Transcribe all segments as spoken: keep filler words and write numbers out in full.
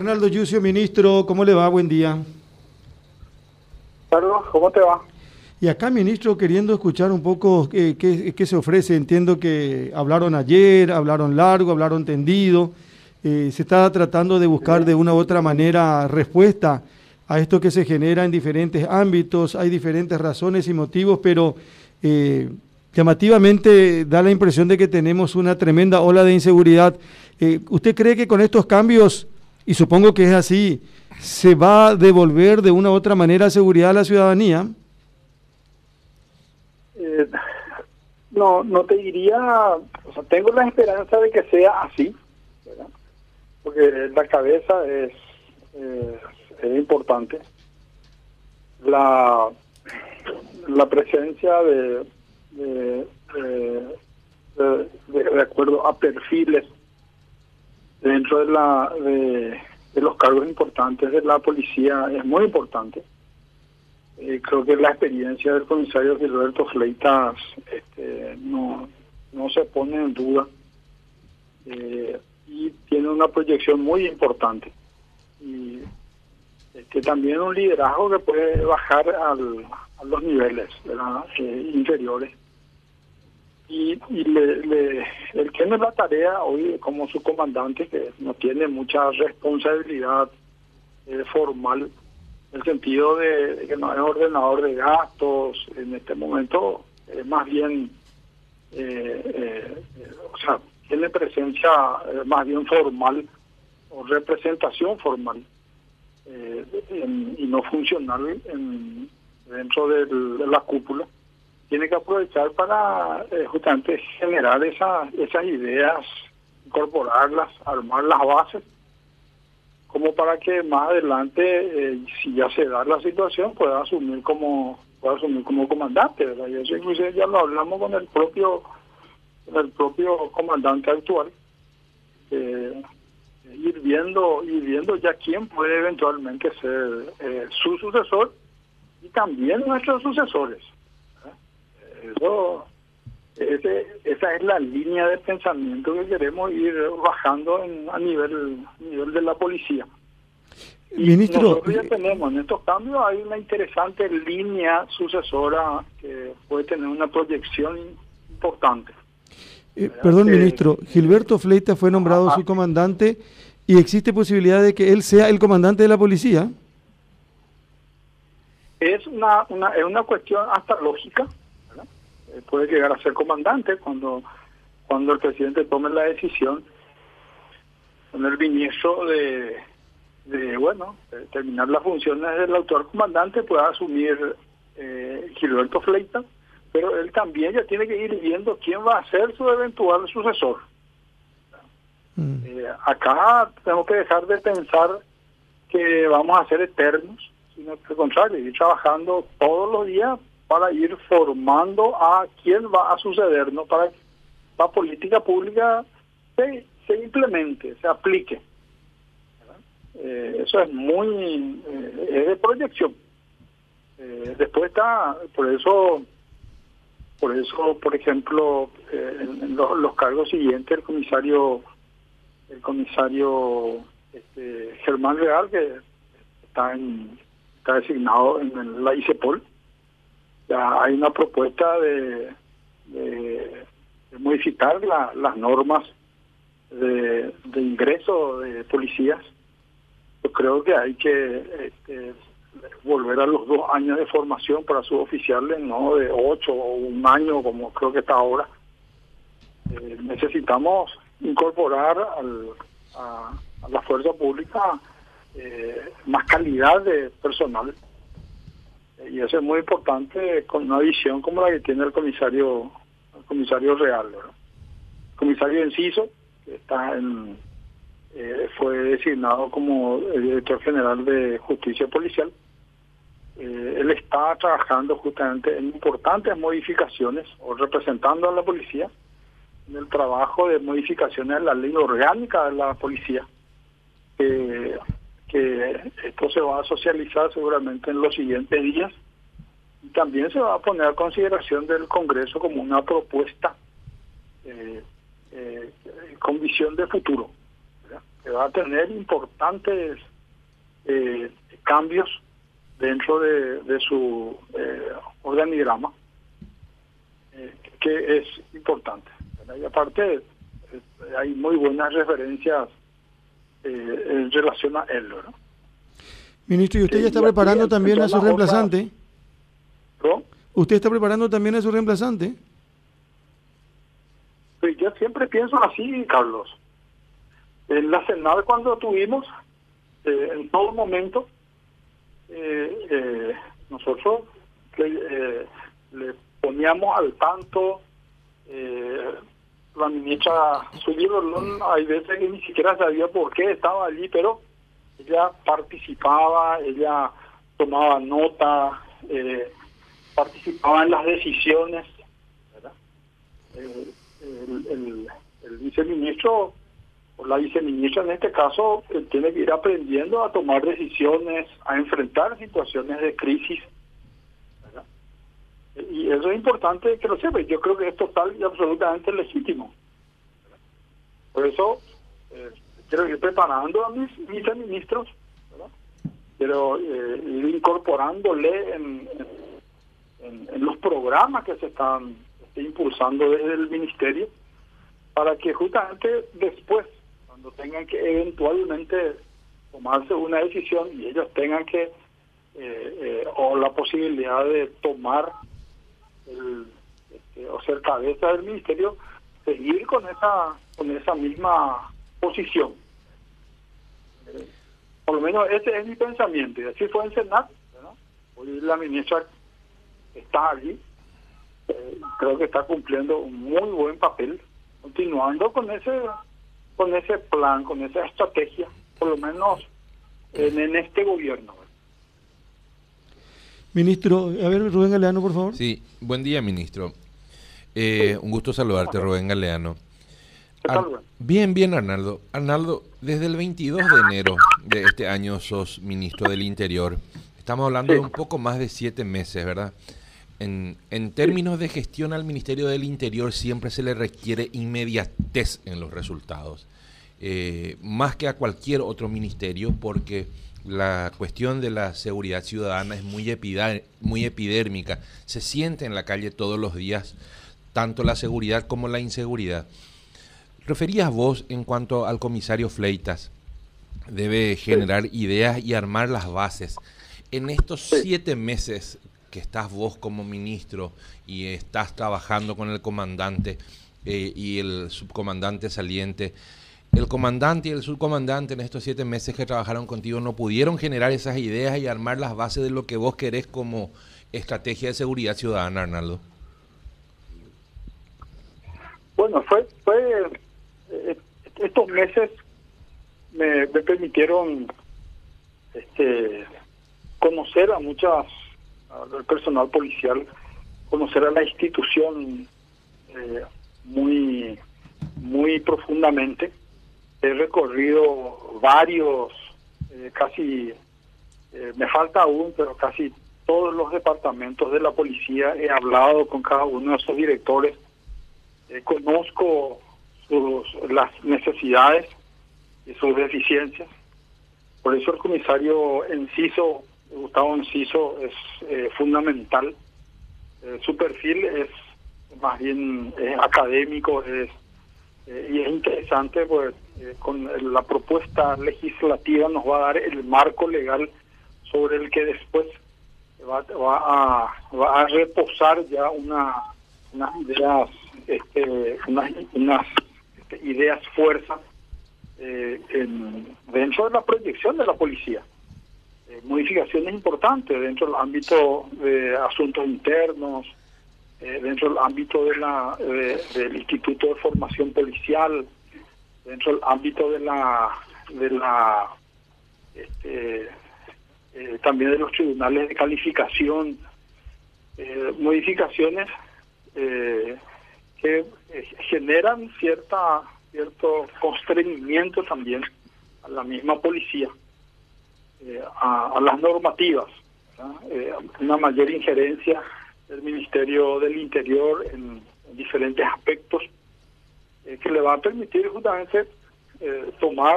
Arnaldo Yucio, ministro, ¿cómo le va? Buen día. Carlos, ¿cómo te va? Y acá, ministro, queriendo escuchar un poco qué, qué, qué se ofrece. Entiendo que hablaron ayer, hablaron largo, hablaron tendido. Eh, se está tratando de buscar de una u otra manera respuesta a esto que se genera en diferentes ámbitos. Hay diferentes razones y motivos, pero eh, llamativamente da la impresión de que tenemos una tremenda ola de inseguridad. Eh, ¿Usted cree que con estos cambios, y supongo que es así, se va a devolver de una u otra manera seguridad a la ciudadanía? Eh, no, no te diría, o sea, tengo la esperanza de que sea así, ¿verdad? Porque la cabeza es, eh, es importante. La, la presencia de, de, de, de, de, de acuerdo a perfiles dentro de la de, de los cargos importantes de la policía es muy importante. Eh, creo que la experiencia del comisario Gilberto Fleitas este, no, no se pone en duda, eh, y tiene una proyección muy importante. Y este, también un liderazgo que puede bajar al, a los niveles, ¿verdad? Eh, inferiores. Y, y le, le, él tiene la tarea hoy como su comandante, que no tiene mucha responsabilidad eh, formal, en el sentido de, de que no es ordenador de gastos. En este momento es más bien, eh, eh, eh, o sea, tiene presencia eh, más bien formal o representación formal, eh, en, y no funcional en, dentro del, de la cúpula. Tiene que aprovechar para eh, justamente generar esa, esas ideas, incorporarlas, armar las bases, como para que más adelante, eh, si ya se da la situación, pueda asumir como pueda asumir como comandante, ¿verdad? Y eso inclusive ya lo hablamos con el propio con el propio comandante actual, eh, ir viendo ir viendo ya quién puede eventualmente ser eh, su sucesor y también nuestros sucesores. Eso, ese, esa es la línea de pensamiento que queremos ir bajando en, a nivel nivel de la policía. Y Ministro, nosotros ya tenemos en estos cambios, hay una interesante línea sucesora que puede tener una proyección importante. Eh, perdón, que, ministro, Gilberto Fleitas fue nombrado ajá. su comandante y existe posibilidad de que él sea el comandante de la policía. Es una, una, es una cuestión hasta lógica, ¿verdad? Eh, puede llegar a ser comandante cuando, cuando el presidente tome la decisión con el ministro de, de bueno, de terminar las funciones del actual comandante, pueda asumir eh, Gilberto Fleitas, pero él también ya tiene que ir viendo quién va a ser su eventual sucesor. Mm. Eh, acá tenemos que dejar de pensar que vamos a ser eternos, sino que al contrario, ir trabajando todos los días para ir formando a quién va a sucedernos, para que la política pública se, se implemente, se aplique. Eh, eso es muy, eh, es de proyección. Eh, después está, por eso, por eso, por ejemplo, eh, en, en los, los cargos siguientes, el comisario, el comisario este, Germán Real, que está en está designado en la ICEPOL. Ya hay una propuesta de, de, de modificar la, las normas de, de ingreso de policías. Yo creo que hay que este, volver a los dos años de formación para suboficiales, no de ocho o un año como creo que está ahora. Eh, necesitamos incorporar al, a, a la fuerza pública Eh, más calidad de personal, eh, y eso es muy importante con una visión como la que tiene el comisario el comisario Real, ¿verdad? El comisario Enciso, que está en eh, fue designado como el director general de Justicia Policial. Eh, él está trabajando justamente en importantes modificaciones, o representando a la policía en el trabajo de modificaciones de la ley orgánica de la policía, que que esto se va a socializar seguramente en los siguientes días, y también se va a poner a consideración del Congreso como una propuesta eh, eh, con visión de futuro, ¿verdad? que va a tener importantes eh, cambios dentro de, de su eh, organigrama, eh, que es importante, ¿verdad? Y aparte eh, hay muy buenas referencias eh, en relación a él, ¿no? Ministro, ¿y usted Sí, ya está y preparando aquí, también a su entonces, reemplazante? ¿no? ¿Usted está preparando también a su reemplazante? Pues yo siempre pienso así, Carlos. En la Senado, cuando tuvimos, eh, en todo momento, eh, eh, nosotros le, eh, le poníamos al tanto. eh, la ministra Zully Rolón, hay veces que ni siquiera sabía por qué estaba allí, pero ella participaba, ella tomaba nota, eh, participaba en las decisiones, ¿verdad? Eh, el, el, el viceministro o la viceministra en este caso eh, tiene que ir aprendiendo a tomar decisiones, a enfrentar situaciones de crisis, ¿verdad? Y eso es importante que lo sepa. Yo creo que es total y absolutamente legítimo, ¿verdad? Por eso eh, quiero ir preparando a mis viceministros, ¿verdad? Pero eh, ir incorporándole en, en, en los programas que se están este, impulsando desde el ministerio, para que justamente después, cuando tengan que eventualmente tomarse una decisión y ellos tengan que, eh, eh, o la posibilidad de tomar el, este, o ser cabeza del ministerio, seguir con esa con esa misma posición. Eh, por lo menos ese es mi pensamiento, y así fue en Senat, ¿verdad? Hoy la ministra está allí, eh, creo que está cumpliendo un muy buen papel, continuando con ese con ese plan, con esa estrategia, por lo menos en, en este gobierno. Ministro, a ver, Rubén Galeano, por favor. Sí, buen día, ministro. Eh, un gusto saludarte, Rubén Galeano. ¿Qué tal, Rubén? Bien, bien, Arnaldo. Arnaldo, desde el veintidós de enero de este año sos ministro del Interior. Estamos hablando Sí. de un poco más de siete meses, ¿verdad? En, en términos de gestión al Ministerio del Interior siempre se le requiere inmediatez en los resultados, eh, más que a cualquier otro ministerio, porque la cuestión de la seguridad ciudadana es muy, epida- muy epidérmica, se siente en la calle todos los días, tanto la seguridad como la inseguridad. Referías vos en cuanto al comisario Fleitas, debe generar ideas y armar las bases. En estos siete meses que estás vos como ministro y estás trabajando con el comandante eh, y el subcomandante saliente, el comandante y el subcomandante en estos siete meses que trabajaron contigo no pudieron generar esas ideas y armar las bases de lo que vos querés como estrategia de seguridad ciudadana, Arnaldo. Bueno, fue, fue eh, estos meses me, me permitieron este, conocer a muchas, al personal policial, conocer a la institución eh, muy, muy profundamente. He recorrido varios, eh, casi, eh, me falta aún, pero casi todos los departamentos de la policía. He hablado con cada uno de sus directores. Eh, conozco sus, las necesidades y sus deficiencias. Por eso el comisario Enciso, Gustavo Enciso, es eh, fundamental. Eh, su perfil es más bien eh, académico, es eh, y es interesante, pues eh, con la propuesta legislativa nos va a dar el marco legal sobre el que después va, va a va a reposar ya una unas ideas este, unas unas este, ideas fuerzas eh, en, dentro de la proyección de la policía. Eh, modificaciones importantes dentro del ámbito de asuntos internos, eh, dentro del ámbito de la de, del Instituto de Formación Policial, dentro del ámbito de la de la este, eh, también de los tribunales de calificación, eh, modificaciones eh, que eh, generan cierta cierto constreñimiento también a la misma policía, eh, a, a las normativas, eh, una mayor injerencia del Ministerio del Interior en, en diferentes aspectos eh, que le va a permitir justamente eh, tomar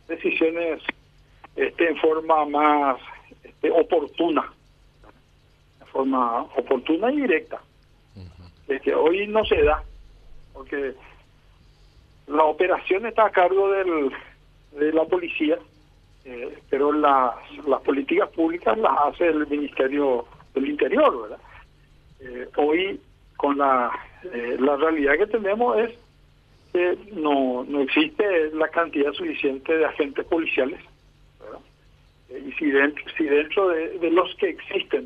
decisiones este, en forma más este, oportuna, de forma oportuna y directa, uh-huh. que hoy no se da, porque la operación está a cargo del, de la policía, eh, pero las, las políticas públicas las hace el Ministerio del Interior, ¿verdad? Eh, hoy, con la, eh, la realidad que tenemos es que no, no existe la cantidad suficiente de agentes policiales, ¿verdad? Eh, y si dentro, si dentro de, de los que existen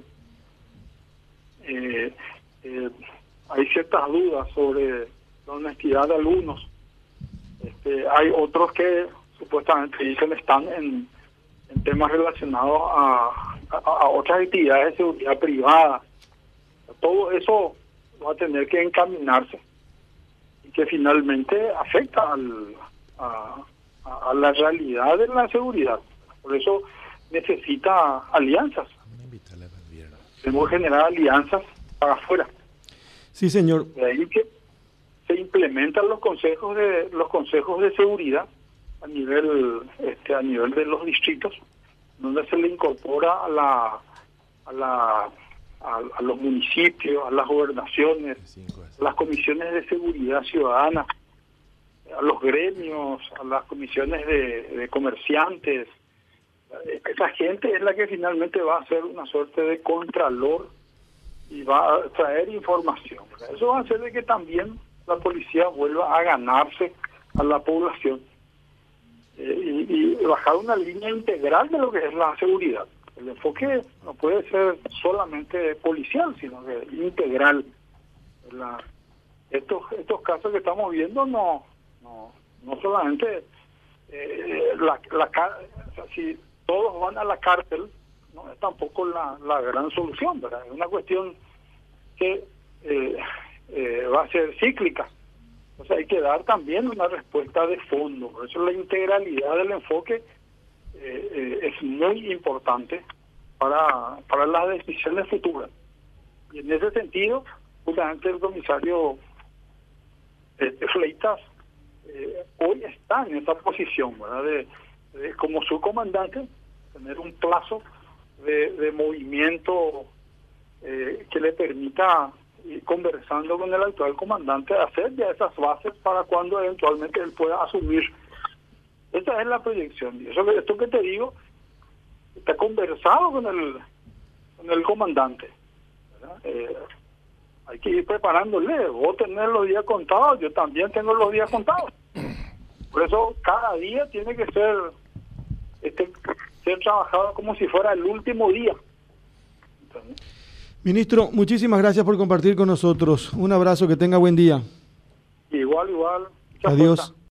eh, eh, hay ciertas dudas sobre la honestidad de algunos, este, hay otros que supuestamente dicen están en, en temas relacionados a, a, a otras actividades de seguridad privada. Todo eso va a tener que encaminarse y que finalmente afecta al, a, a la realidad de la seguridad. Por eso necesita alianzas. Tenemos que generar alianzas para afuera. Sí, señor. De ahí que se implementan los consejos de los consejos de seguridad a nivel este a nivel de los distritos, donde se le incorpora a la a la a, a los municipios, a las gobernaciones, a las comisiones de seguridad ciudadana, a los gremios, a las comisiones de, de comerciantes. Esa gente es la que finalmente va a ser una suerte de contralor y va a traer información. Eso va a hacer de que también la policía vuelva a ganarse a la población eh, y, y bajar una línea integral de lo que es la seguridad. El enfoque no puede ser solamente policial, sino que integral. La, estos estos casos que estamos viendo no no, no solamente eh, la, la o sea, si todos van a la cárcel, no es tampoco la, la gran solución, ¿verdad? Es una cuestión que eh, eh, va a ser cíclica. O sea, hay que dar también una respuesta de fondo. Por eso la integralidad del enfoque eh, eh, es muy importante para, para las decisiones futuras. Y en ese sentido, justamente el comisario eh, Fleitas eh, hoy está en esa posición, ¿verdad? De, de, como su comandante, tener un plazo de, de movimiento eh, que le permita, ir conversando con el actual comandante, hacer ya esas bases para cuando eventualmente él pueda asumir. Esa es la proyección. Y eso, esto que te digo, está conversado con el con el comandante, ¿verdad? Eh, hay que ir preparándole. Vos tenés los días contados, yo también tengo los días contados. Por eso cada día tiene que ser este ser trabajado como si fuera el último día. ¿Entendés? Ministro, muchísimas gracias por compartir con nosotros. Un abrazo, que tenga buen día. Igual, igual. Adiós. Fuerza.